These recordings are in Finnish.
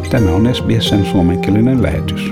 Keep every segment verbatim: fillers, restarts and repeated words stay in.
Tämä on S B S:n suomenkielinen lähetys.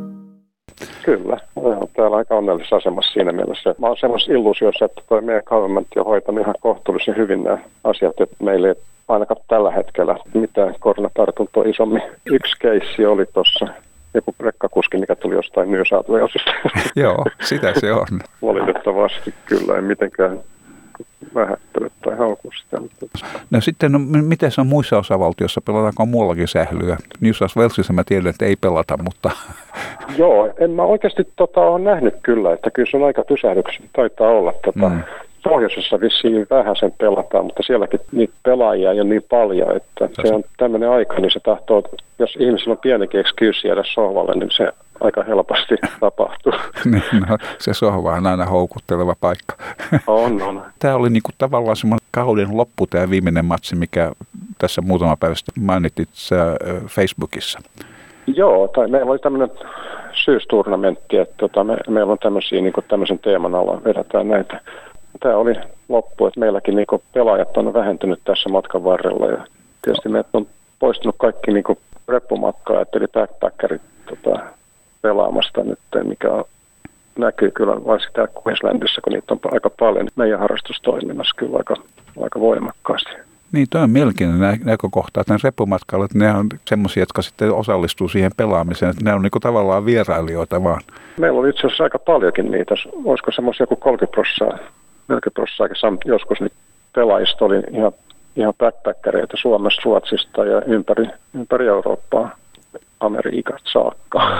Kyllä, olen täällä aika onnellisessa asemassa siinä mielessä. Mä oon semmoisessa illuusiossa, että toi meidän governmentti on hoitanut ihan kohtuullisen hyvin nämä asiat, että meillä ei ainakaan tällä hetkellä mitään koronatartuntoa isommin. Yksi keissi oli tuossa joku rekkakuski, mikä tuli jostain New South Walesista. Joo, sitä se on. Valitettavasti kyllä, ei mitenkään vähättele tai hauku sitä. No sitten, no, miten se on muissa osavaltioissa? Pelataanko muuallakin sählyä? New South Walesissa mä tiedän, että ei pelata, mutta... Joo, en mä oikeasti tota, ole nähnyt kyllä, että kyllä se on aika pysähdyksiä. Taitaa olla. Tota, mm. Pohjoisessa vissiin vähän sen pelataan, mutta sielläkin niitä pelaajia ei ole niin paljon, että se, se on tämmöinen aika, niin se tahtoo, jos ihmisillä on pienikin excuse jäädä sohvalle, niin se aika helposti tapahtuu. Niin, no, se sohva on aina houkutteleva paikka. On, on. Tämä oli niinku tavallaan semmoinen kauden loppu, tämä viimeinen matsi, mikä tässä muutama päivä sitten mainitit Facebookissa. Joo, tai meillä oli tämmöinen syysturnaменtti, että tota, me, meillä on tämmöisiä, niin kuin tämmöisen teeman alla vedetään näitä. Tämä oli loppu, että meilläkin niin kuin pelaajat on vähentynyt tässä matkan varrella ja tietysti meidät on poistunut kaikki niin kuin reppumatkaa, eli backpackerit tota, pelaamasta nyt, mikä on, näkyy kyllä varsinkin täällä Queenslandissa, kun niitä on aika paljon meidän harrastustoiminnassa kyllä aika, aika voimakkaasti. Niin, toi on mielenkiintoinen näkökohta, että ne reppumatkalla, että ne on semmoisia, jotka sitten osallistuu siihen pelaamiseen, että ne on niin kuin tavallaan vierailijoita vaan. Meillä oli itse asiassa aika paljonkin niitä, olisiko semmoisia joku kolmekymmentä prosenttia, neljäkymmentä prosenttia joskus nyt pelaajista oli ihan, ihan backpackereita Suomesta, Ruotsista ja ympäri, ympäri Eurooppaa. Amerikasta saakka.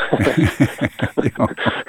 Joo.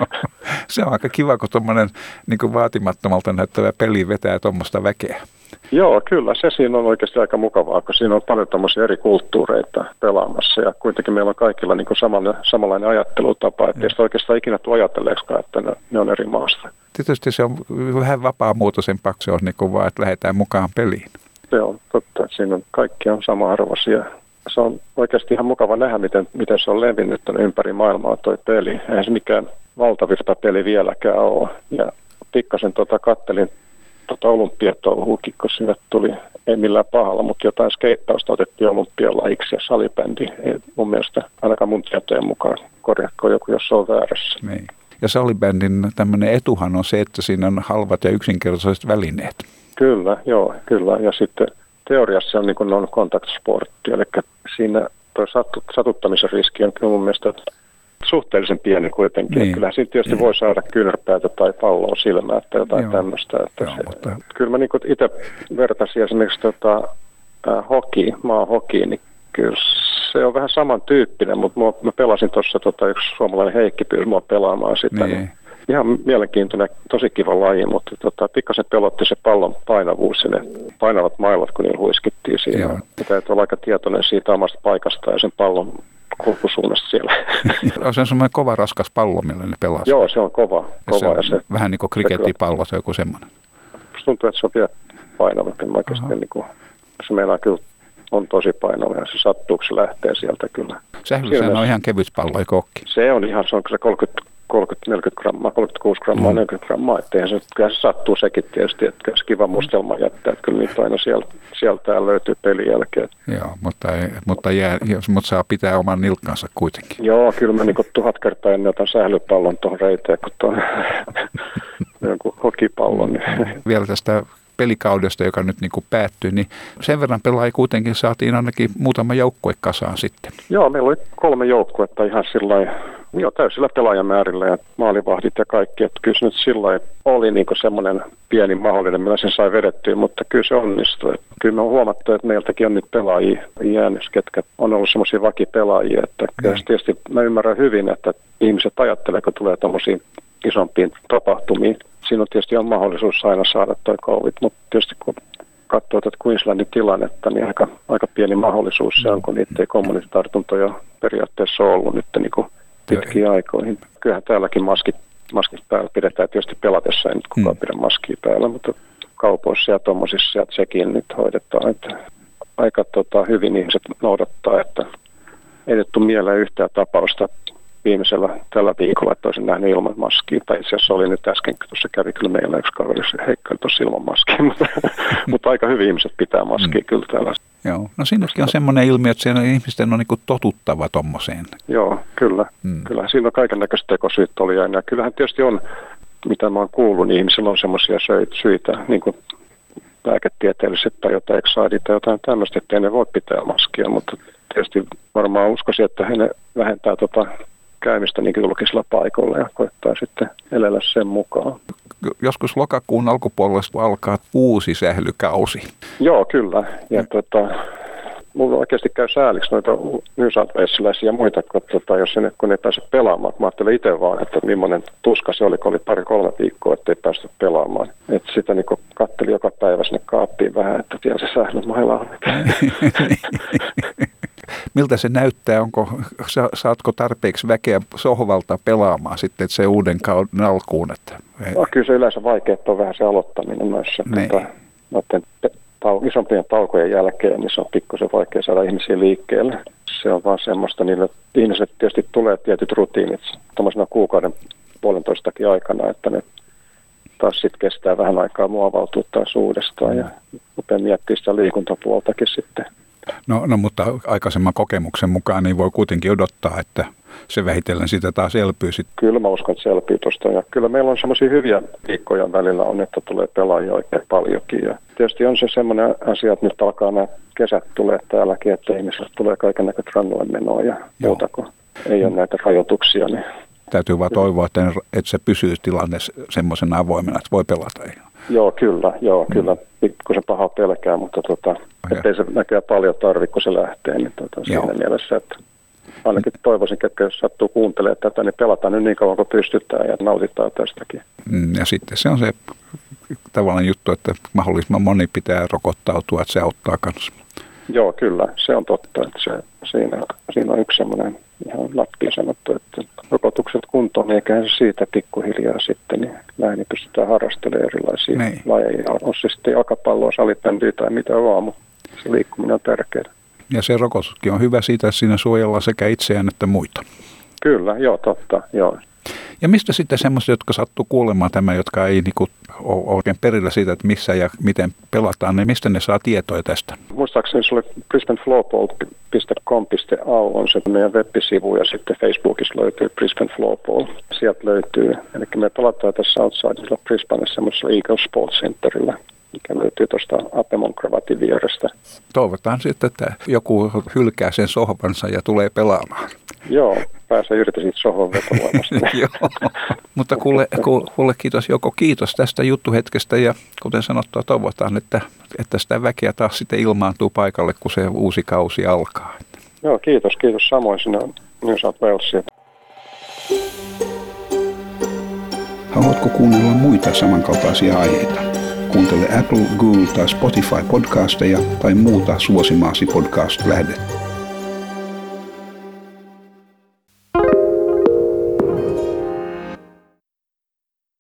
Se on aika kiva, kun tuommoinen niin vaatimattomalta näyttävä peli vetää tuommoista väkeä. Joo, kyllä. Se siinä on oikeasti aika mukavaa, kun siinä on paljon tämmöisiä eri kulttuureita pelaamassa. Ja kuitenkin meillä on kaikilla niin samanlainen, samanlainen ajattelutapa, että ei sitä oikeastaan ikinä tule ajatelleeksikaan, että ne, ne on eri maasta. Tietysti se on vähän vapaamuotoisempaksi, se on niin kuin vaan, että lähdetään mukaan peliin. Se on totta, että siinä on, kaikki on sama-arvoisia. Se on oikeasti ihan mukava nähdä, miten, miten se on levinnyt ympäri maailmaa toi peli. Eihän se mikään valtavirta peli vieläkään ole. Ja pikkasen tota kattelin tota olympiatouhuukin, kun sinne tuli, ei millään pahalla, mutta jotain skeittausta otettiin olympialajiksi ja salibändi. Ei mun mielestä ainakaan mun tietojen mukaan, korjatko joku, jos se on väärässä. Niin. Ja salibändin tämmöinen etuhan on se, että siinä on halvat ja yksinkertaiset välineet. Kyllä, joo, kyllä. Ja sitten teoriassa se on niin kuin non-contact-sportti, eli siinä tuo satuttamisen riski on kyllä mun mielestä suhteellisen pieni kuitenkin. Niin. Kyllähän siinä tietysti niin. voi saada kyynärpäätä tai palloa silmää tai jotain tämmöistä. Että Joo, se, mutta... Kyllä mä niin kuin itse vertaisin esimerkiksi tota, äh, hoki, maahokiin, niin kyllä se on vähän samantyyppinen, mutta mä, mä pelasin tuossa tota, yksi suomalainen Heikki pyysi mua pelaamaan sitä. Niin. Niin ihan mielenkiintoinen, tosi kiva laji, mutta tota, pikkasen pelotti se pallon painavuus ja ne painavat mailat, kun niillä huiskittiin siinä. Ja täytyy olla aika tietoinen siitä omasta paikasta ja sen pallon kulkusuunnasta siellä. Se on semmoinen kova raskas pallo, millä ne pelaa. Joo, se on kova. Ja kova se on ja se, vähän niin kuin krikettipallo tai joku semmoinen. Musta tuntuu, että se on vielä painavampi. Niin kuin, se meinaa kyllä on tosi painava ja se sattuu, kun se lähtee sieltä kyllä. Sählyssä on ihan kevyt pallo, eikö ookin? Se on ihan, se on se kolmekymmentä neljäkymmentä grammaa, kolmekymmentäkuusi grammaa, mm. neljäkymmentä grammaa, ettei se, kyllä se sattuu sekin tietysti, että se kiva mustelma jättää, että kyllä niitä aina sieltä, sieltä löytyy pelin jälkeen. Joo, mutta, ei, mutta, jää, mutta saa pitää oman nilkkansa kuitenkin. Joo, kyllä mä niin kuin tuhat kertaa ennen otan sählypallon tuohon reiteen, kun tuon jonkun hokipallon. Niin. Vielä tästä pelikaudesta, joka nyt niin kuin päättyi, niin sen verran pelaajia kuitenkin saatiin ainakin muutama joukkue kasaan sitten. Joo, meillä oli kolme joukkuetta ihan sillain, joo, täysillä pelaajamäärillä ja maalivahdit ja kaikki, että kyllä se nyt sillain oli niin kuin semmoinen pieni mahdollinen, millä sen sai vedettyä, mutta kyllä se onnistui. Kyllä me on huomattu, että meiltäkin on nyt pelaajia jäänyt, ketkä on ollut semmoisia vakipelaajia, että kyllä tietysti mä ymmärrän hyvin, että ihmiset ajattelee, kun tulee tommosiin isompiin tapahtumiin. Siinä on tietysti on mahdollisuus aina saada toi covid, mutta tietysti kun katsoo tätä Queenslandin tilannetta, niin aika, aika pieni mahdollisuus se on, kun niitä ei kommunititartuntoja periaatteessa ole ollut nyt niin kuin pitkiin aikoihin. Kyllähän täälläkin maskit, maskit päällä pidetään tietysti pelatessa, ei nyt kukaan mm. pidä maskia päällä, mutta kaupoissa ja tuommoisissa ja sekin nyt hoidetaan, että aika tota, hyvin ihmiset noudattaa, että ei nyt tule mieleen yhtään tapausta viimeisellä tällä viikolla, että olisin nähnyt ilman maskia. Tai itse asiassa oli nyt äsken, kun tuossa kävi kyllä meillä yksi kaveri, se heikkaili tuossa ilman maskia, mutta, mutta aika hyvin ihmiset pitää maskia mm. kyllä täällä. Joo. No siinäkin on semmoinen ilmiö, että siellä ihmisten on niin kuin totuttava tommoseen. Joo, kyllä. Mm. Kyllähän siinä on kaikennäköistä tekosyyttöliä. Ja kyllähän tietysti on, mitä mä oon kuullut, niin ihmisillä on semmoisia syitä, niin kuin lääketieteelliset tai jotain eksaadit tai jotain tämmöistä, ettei ne voi pitää maskia, mutta tietysti varmaan uskoisin, että he vähentää tota käymistä niin julkisilla paikoilla ja koittaa sitten elellä sen mukaan. Joskus lokakuun alkupuolella alkaa uusi sählykausi. Joo, kyllä. Ja tota, mulla oikeasti käy sääliksi noita New South Walesilaisia ja muita, kun, tota, jos ne, kun ei pääse pelaamaan. Mä ajattelin itse vaan, että millainen tuska se oli, kun oli pari-kolme viikkoa, ettei päästy pelaamaan. Et sitä niin katteli joka päivä sinne kaappiin vähän, että siellä se sählymailla on. Miltä se näyttää? Onko, saatko tarpeeksi väkeä sohvalta pelaamaan sitten se uuden kauden alkuun? Että... No, kyllä se yleensä vaikea, että on vähän se aloittaminen noissa. Tota, noiden tau- isompien taukojen jälkeen, niin se on pikkusen vaikea saada ihmisiä liikkeelle. Se on vaan semmoista, niille ihmiset tietysti tulee tietyt rutiinit tuollaisena kuukauden puolentoistakin aikana, että ne taas sitten kestää vähän aikaa muovautua taas uudestaan ja rupeaa miettimään sitä liikuntapuoltakin sitten. No, no mutta aikaisemman kokemuksen mukaan niin voi kuitenkin odottaa, että se vähitellen sitä taas elpyy sitten. Kyllä mä uskon, että se elpyy tuosta. Ja kyllä meillä on semmoisia hyviä viikkoja välillä on, että tulee pelaajia oikein paljonkin. Ja tietysti on se semmoinen asia, että nyt alkaa nämä kesät tulee täälläkin, että ihmisille tulee kaikennäköistä rannoille menoa ja muuta, kun ei ole näitä rajoituksia. Niin täytyy vaan toivoa, että, että se pysyy tilanne semmoisena avoimena, että voi pelata. Joo, kyllä. Joo, mm. kyllä. Kun se paha pelkää, mutta tota, ettei se näköjään paljon tarvitse, kun se lähtee. Niin tota, siinä mielessä, että ainakin toivoisin, että jos sattuu kuuntelemaan tätä, niin pelataan nyt niin kauan kuin pystytään ja nautitaan tästäkin. Mm, ja sitten se on se tavallaan juttu, että mahdollisimman moni pitää rokottautua, että se auttaa kanssa. Joo, kyllä. Se on totta. Että se, siinä, siinä on yksi semmoinen ihan läppiä sanottu, että rokotukset kuntoon, niin eiköhän se siitä pikkuhiljaa sitten, niin näin niin pystytään harrastelemaan erilaisia Nein. lajeja. On se sitten jalkapalloa, salibändyä tai mitä vaan, mutta se liikkuminen on tärkeää. Ja se rokotuskin on hyvä siitä, että siinä suojellaan sekä itseään että muita. Kyllä, joo, totta, joo. Ja mistä sitten semmoiset, jotka sattuu kuulemaan tämän, jotka ei niinku ole oikein perillä siitä, että missä ja miten pelataan, niin mistä ne saa tietoja tästä? Muistaakseni se oli brisbane floorball piste com piste a u on se meidän web-sivu ja sitten Facebookissa löytyy Brisbane Floorball. Sieltä löytyy, eli me pelataan tässä Outsidella Brisbanessa semmoisella Eagle Sports Centerillä, mikä löytyy tuosta Apemon kravatin vierestä. Toivotaan sitten, että joku hylkää sen sohvansa ja tulee pelaamaan. Joo, pääsee irti siitä sohvan vetovoimasta. Joo, mutta kuule, kuule kiitos Jouko, kiitos tästä juttuhetkestä ja kuten sanottua, toivotaan, että, että sitä väkeä taas sitten ilmaantuu paikalle, kun se uusi kausi alkaa. Joo, kiitos, kiitos samoin sinne New South Walesia. Haluatko kuunnella muita samankaltaisia aiheita? Kuuntele Apple, Google tai Spotify podcasteja tai muuta suosimaasi podcast-lähdettä.